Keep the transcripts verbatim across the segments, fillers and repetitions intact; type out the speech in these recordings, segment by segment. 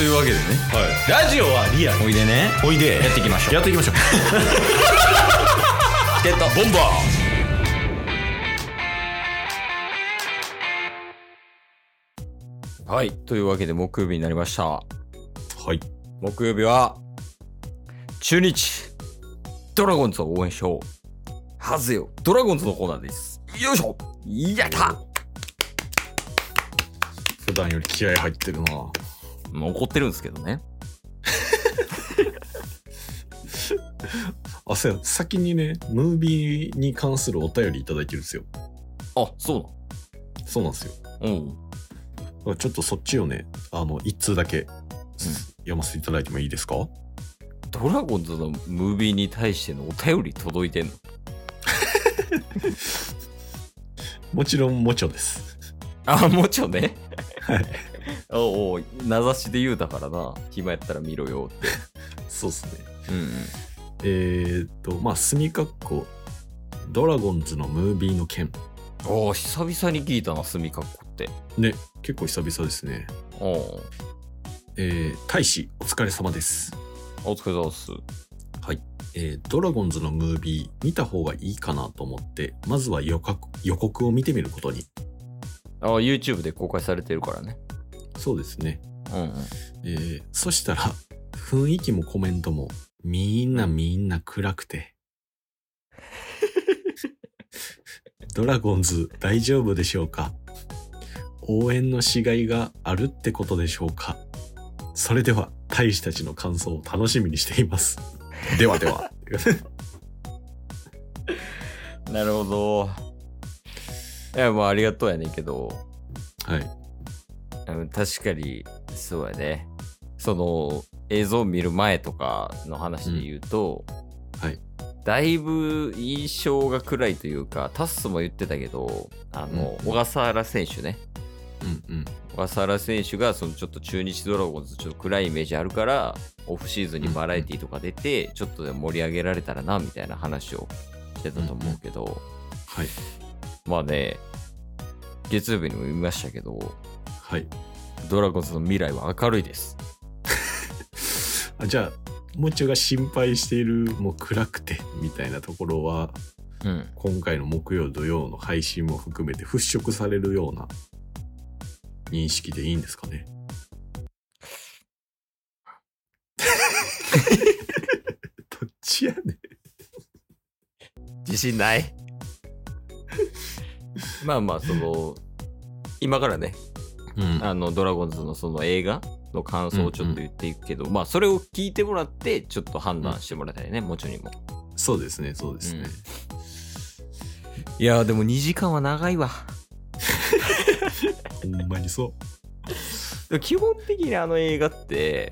というわけでね、 はい、ラジオはリアル。 おいでね、 おいでやっていきましょう。 やっていきましょうチケットボンバー。はい、というわけで木曜日になりました。 はい、 木曜日は中日ドラゴンズを応援しようはずよドラゴンズのコーナーです。よいしょ、やった。 普段より気合入ってるな。 もう怒ってるんですけどね。 あ、そうや、先にね、ムービーに関するお便りいただいてるんですよ。 あ、そうなそうなんですよ。 うん。 ちょっとそっちをね、あの一通だけ、うん、読ませていただいてもいいですか？ ドラゴンズのムービーに対してのお便り届いてんの？ もちろんもちょです。 あ、もちろんね。 はい。 おうおう、名指しで言うだからな。暇やったら見ろよって。 そうっすね。 うん、うん。 えーっと、まあ、墨括弧ドラゴンズのムービーの件。 おお、久々に聞いたな、墨括弧って。 ね、結構久々ですね。 おお。 えー、大使お疲れ様です。 お疲れ様です。 はい。えー、ドラゴンズのムービー見た方がいいかなと思って、まずは予告、予告を見てみることに。 ああ、YouTube で公開されてるからね。 そうですね。 うんうん。 えー、そしたら、雰囲気もコメントも、みんなみんな暗くて。ドラゴンズ大丈夫でしょうか？応援のしがいがあるってことでしょうか？それでは、大使たちの感想を楽しみにしています。ではでは。 なるほど。いや、まあありがとうやねんけど。 はい。 確かに、そうやね。その、映像を見る前とかの話で言うと、 うん、はい。 だいぶ印象が暗いというか、タッスも言ってたけど、あの、うん、小笠原選手ね。 うんうん。 小笠原選手がそのちょっと中日ドラゴンズちょっと暗いイメージあるからオフシーズンにバラエティとか出て、うん、ちょっとで盛り上げられたらなみたいな話をしてたと思うけど、うんうん、 はい。 まあね、月曜日にも言いましたけど、 はい。 ドラゴンズの未来は明るいです。 あ、じゃあもちょが心配しているもう暗くてみたいなところは、うん、今回の木曜土曜の配信も含めて払拭されるような認識でいいんですかね。どっちやねん。 自信ない。まあまあその今からね、うん、あのドラゴンズのその映画の感想をちょっと言っていくけど、うんうん、まあそれを聞いてもらってちょっと判断してもらいたいね、うん、もちろんにも。 そうですね、そうですね。 うん、いやでもにじかんは長いわ。 ほんまにそう。 基本的にあの映画って、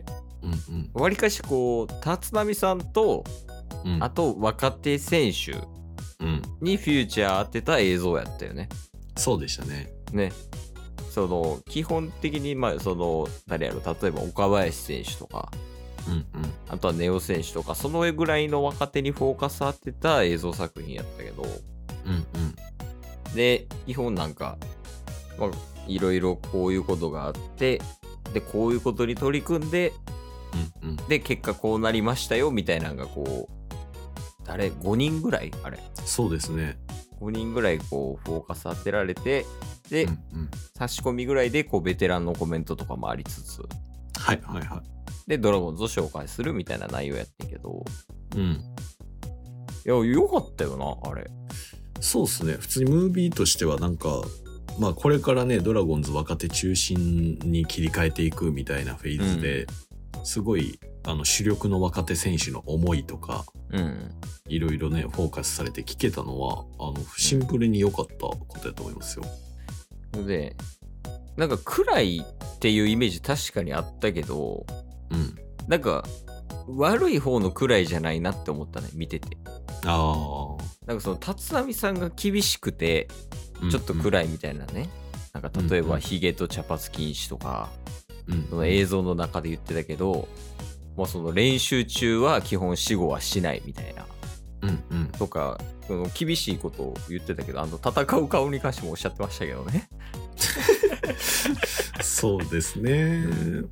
うんうん、 わりかしこう立浪さんと、うん、あと若手選手にフューチャー当てた映像やったよね。 そうでしたね。 ね。その基本的にまあその誰やろ、例えば岡林選手とか、 うんうん、 あとはネオ選手とかそのぐらいの若手にフォーカス当てた映像作品やったけど、 うんうん、 で基本なんかまあいろいろこういうことがあってでこういうことに取り組んで、 うんうん、 で結果こうなりましたよみたいなのがこう誰ごにんぐらいあれそうですねごにんぐらいこうフォーカス当てられてで、うんうん、差し込みぐらいでこうベテランのコメントとかもありつつ、 はいはいはい、 でドラゴンズを紹介するみたいな内容やってんけど、 うん、いやよかったよなあれ。 そうっすね。普通にムービーとしてはなんかまあこれからねドラゴンズ若手中心に切り替えていくみたいなフェーズで、うん、すごいあの主力の若手選手の思いとか、 うん、 いろいろねフォーカスされて聞けたのはあのシンプルに良かったことだと思いますよ。 でなんか暗いっていうイメージ確かにあったけど、 うん、 なんか悪い方の暗いじゃないなって思ったね見てて。 ああ。 なんかその立浪さんが厳しくてちょっと暗いみたいなね、うんうん、なんか例えばヒゲと茶髪禁止とか、うんうん、その映像の中で言ってたけど、もうその練習中は基本死後はしないみたいな、 うんうん、 とかその厳しいことを言ってたけど、あの戦う顔に関してもおっしゃってましたけどね。 そうですね。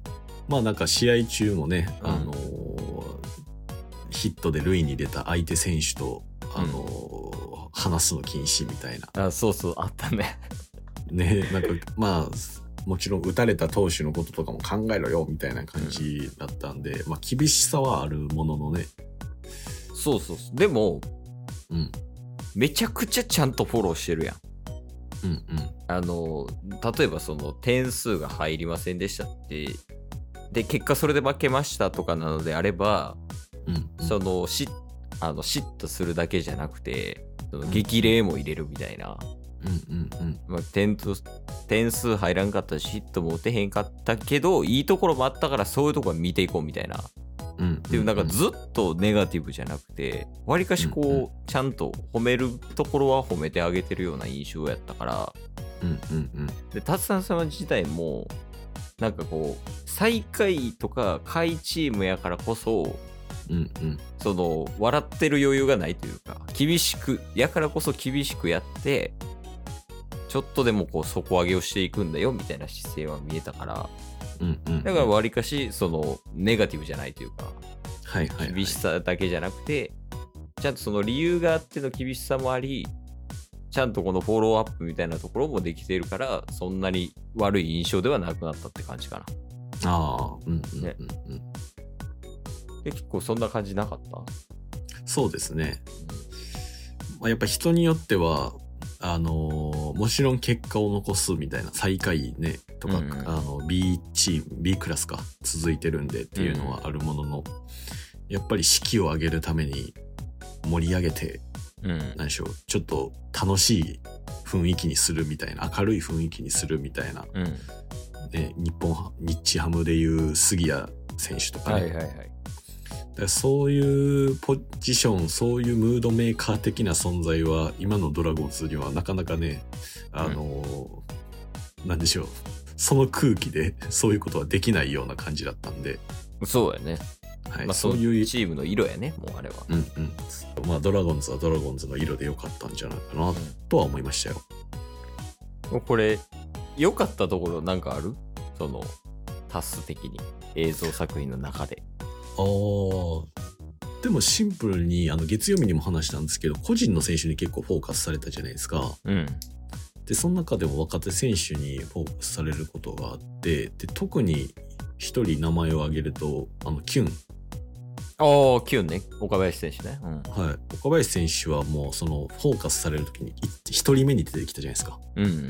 まあなんか試合中もね、うん、あのー、ヒットで塁に出た相手選手と、あのーうん、話すの禁止みたいな。 あ、そうそう、あったね。 ね、なんかまあもちろん打たれた投手のこととかも考えろよみたいな感じだったんで、うん、まあ厳しさはあるもののね。 そうそうそう。でも、 うん、 めちゃくちゃちゃんとフォローしてるやん。 うんうん、 あの例えばその点数が入りませんでしたってで結果それで負けましたとかなのであれば、 うんうん、 そのしあの嫉妬するだけじゃなくてその激励も入れるみたいな、 うんうんうんまあ、点と点数入らんかったしヒットも打てへんかったけどいいところもあったからそういうところ見ていこうみたいな、 うんうんうん、 っていうなんかずっとネガティブじゃなくてわりかしこう、うんうん、ちゃんと褒めるところは褒めてあげてるような印象やったから、 うんうんうん、 で達さん様自体もなんかこう最下位とか下位チームやからこそ、 うんうん、 その笑ってる余裕がないというか厳しくやからこそ厳しくやってちょっとでもこう底上げをしていくんだよみたいな姿勢は見えたから、 うんうんうん、 だからわりかしそのネガティブじゃないというか、 はいはいはい、 厳しさだけじゃなくてちゃんとその理由があっての厳しさもありちゃんとこのフォローアップみたいなところもできているからそんなに悪い印象ではなくなったって感じかな。 ああ、うんうんうんうん、ね、 で結構そんな感じなかった？ そうですね、うん、まあ、やっぱ人によってはあのー、もちろん結果を残すみたいな最下位ねとか、うんうん、あの B チーム B クラスか続いてるんでっていうのはあるものの、うん、やっぱり士気を上げるために盛り上げて、うん、何でしょうちょっと楽しい雰囲気にするみたいな明るい雰囲気にするみたいな、うんね、日本日ハムでいう杉谷選手とかね、はいはいはい、だからそういうポジションそういうムードメーカー的な存在は今のドラゴンズにはなかなかねあのーうん、なんでしょうその空気でそういうことはできないような感じだったんで。 そうやね、はい、まあ、そういうチームの色やねもうあれは。 うんうん。まあドラゴンズはドラゴンズの色で良かったんじゃないかなとは思いましたよ。 うん、これ良かったところなんかある？そのタス的に映像作品の中で。 ああ、でもシンプルにあの月曜日にも話したんですけど個人の選手に結構フォーカスされたじゃないですか。 うん。 でその中でも若手選手にフォーカスされることがあってで特に一人名前を挙げるとあのキュン。 ああ、キュンね。岡林選手ね。うん、 はい。岡林選手はもうそのフォーカスされるときに一人目に出てきたじゃないですか。 うんうんうん。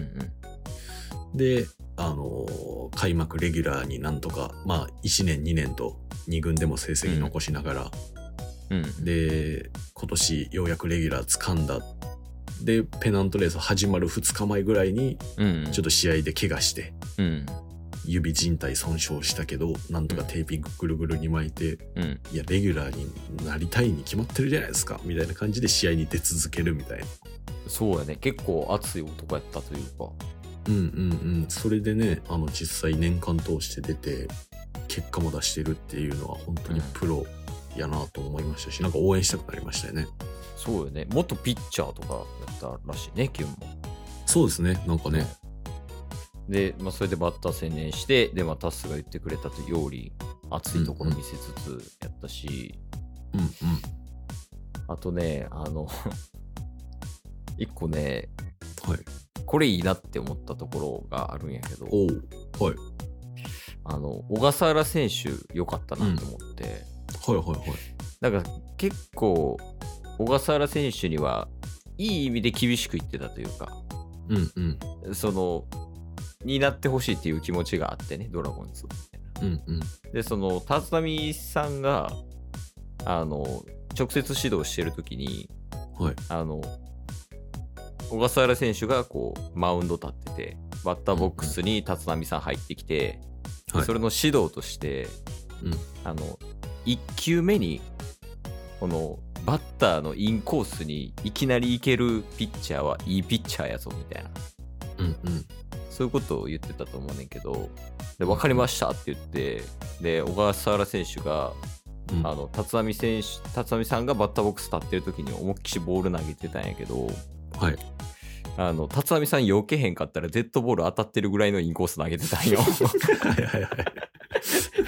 で、あのー、開幕レギュラーになんとか、まあいちねんにねんとに軍でも成績残しながら、 うんうん、 で、今年ようやくレギュラー掴んだ。で、ペナントレース始まるふつかまえぐらいに、ちょっと試合で怪我して、 うんうん指靭帯損傷したけどなんとかテーピングぐるぐるに巻いて、 うん、 いやレギュラーになりたいに決まってるじゃないですかみたいな感じで試合に出続けるみたいな。 そうやね結構熱い男やったというかうんうんうんそれでねあの実際年間通して出て結果も出してるっていうのは本当にプロやなと思いましたし、うん、なんか応援したくなりましたよね。 そうよね元ピッチャーとかやったらしいねキュンも。 そうですねなんかね、 で、まあ、それでバッター専念して、で、まあ、タスが言ってくれたとより熱いところ見せつつやったし、 うんうん。 あとね、あの、一個ね、 はい。 これいいなって思ったところがあるんやけど、 おう、はい。 あの、小笠原選手良かったなと思って、 うん、はいはいはい。 なんか結構、小笠原選手にはいい意味で厳しく言ってたというか、 うんうん。 その、になってほしいっていう気持ちがあってねドラゴンズうんうんでその立浪さんがあの直接指導してる時に、 はい、 あの小笠原選手がこうマウンド立っててバッターボックスに立浪さん入ってきて、うんうん、それの指導として、 はい、 あのいっ球目にこのバッターのインコースにいきなり行けるピッチャーはいいピッチャーやぞみたいな、 うんうんそういうことを言ってたと思うねんけど、で分かりましたって言って、で小笠原選手が、うん、あの立浪選手、立浪さんがバッターボックス立ってる時に思いっきしボール投げてたんやけど、 はい、 あの立浪さん避けへんかったらデッドボール当たってるぐらいのインコース投げてたんよ。 はいはいはい。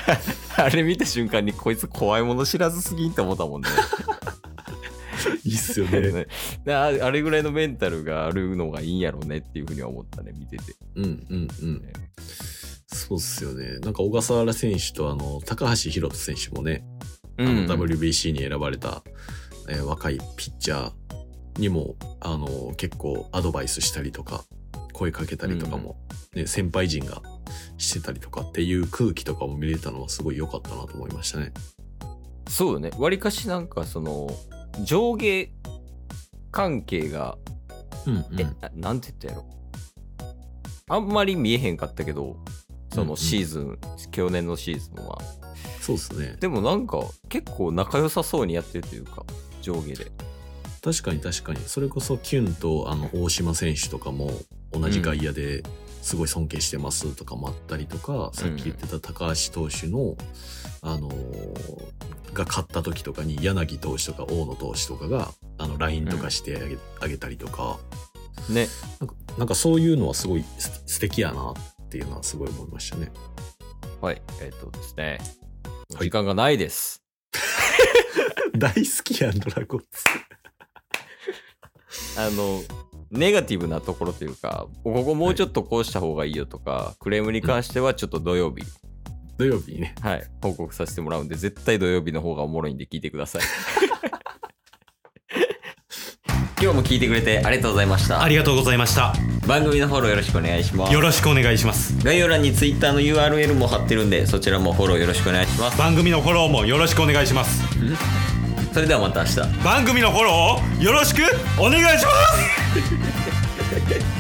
あれ見た瞬間にこいつ怖いもの知らずすぎんって思ったもんね。 いいっすよね。 あ, あれぐらいのメンタルがあるのがいいんやろうねっていうふうには思ったね、見てて。 うんうんうん。ね、そうっすよね。なんか小笠原選手とあの高橋宏斗選手もね、あの ダブリュービーシー に選ばれた、えー、若いピッチャーにもあの結構アドバイスしたりとか声かけたりとかも、ね、うん、先輩陣がしてたりとかっていう空気とかも見れたのはすごい良かったなと思いましたね。 そうよね。わりかしなんかその上下関係が、うんうん、えなんて言ったやろ、あんまり見えへんかったけど、そのシーズン、うんうん、去年のシーズンはそうですね。 でもなんか結構仲良さそうにやってるというか、上下で。 確かに確かに。それこそキュンとあの大島選手とかも同じ外野ですごい尊敬してますとかもあったりとか、うん、さっき言ってた高橋投手のあのー、が勝った時とかに柳投手とか大野投手とかがあの ライン とかしてあ げ,、うん、あげたりとかね、 なんか、なんかそういうのはすごい素敵やなっていうのはすごい思いましたね。 はい、えっとですね、時間がないです。 大好きやんドラゴンズ。 あのネガティブなところというか、ここもうちょっとこうした方がいいよとか、はい、クレームに関してはちょっと土曜日、うん、 土曜日にね、 はい、報告させてもらうんで、絶対土曜日の方がおもろいんで聞いてください。今日も聞いてくれてありがとうございました。 ありがとうございました。 番組のフォローよろしくお願いします。 よろしくお願いします。 概要欄に Twitter の ユーアールエル も貼ってるんで、そちらもフォローよろしくお願いします。 番組のフォローもよろしくお願いします。 それではまた明日。 番組のフォローをよろしくお願いします。